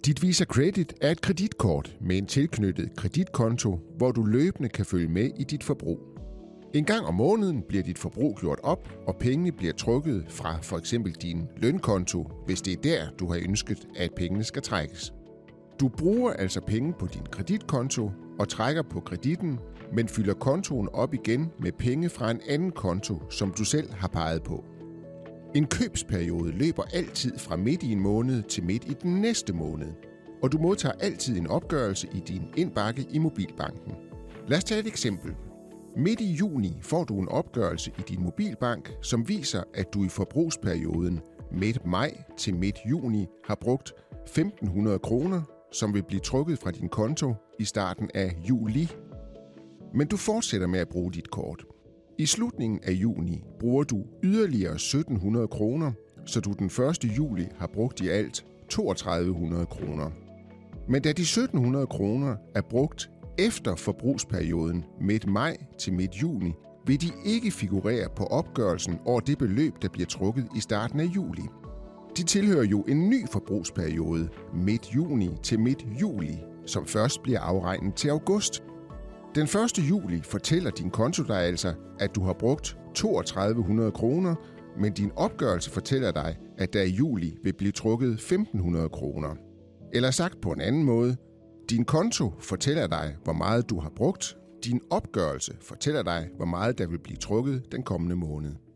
Dit Visa Credit er et kreditkort med en tilknyttet kreditkonto, hvor du løbende kan følge med i dit forbrug. En gang om måneden bliver dit forbrug gjort op, og pengene bliver trukket fra f.eks. din lønkonto, hvis det er der, du har ønsket, at pengene skal trækkes. Du bruger altså penge på din kreditkonto og trækker på kreditten, men fylder kontoen op igen med penge fra en anden konto, som du selv har peget på. En købsperiode løber altid fra midt i en måned til midt i den næste måned, og du modtager altid en opgørelse i din indbakke i mobilbanken. Lad os tage et eksempel. Midt i juni får du en opgørelse i din mobilbank, som viser, at du i forbrugsperioden midt maj til midt juni har brugt 1.500 kroner, som vil blive trukket fra din konto i starten af juli. Men du fortsætter med at bruge dit kort. I slutningen af juni bruger du yderligere 1.700 kroner, så du den 1. juli har brugt i alt 3.200 kroner. Men da de 1.700 kroner er brugt efter forbrugsperioden midt maj til midt juni, vil de ikke figurere på opgørelsen over det beløb, der bliver trukket i starten af juli. De tilhører jo en ny forbrugsperiode midt juni til midt juli, som først bliver afregnet til august. Den 1. juli fortæller din konto dig altså, at du har brugt 3.200 kroner, men din opgørelse fortæller dig, at der i juli vil blive trukket 1.500 kroner. Eller sagt på en anden måde, din konto fortæller dig, hvor meget du har brugt. Din opgørelse fortæller dig, hvor meget der vil blive trukket den kommende måned.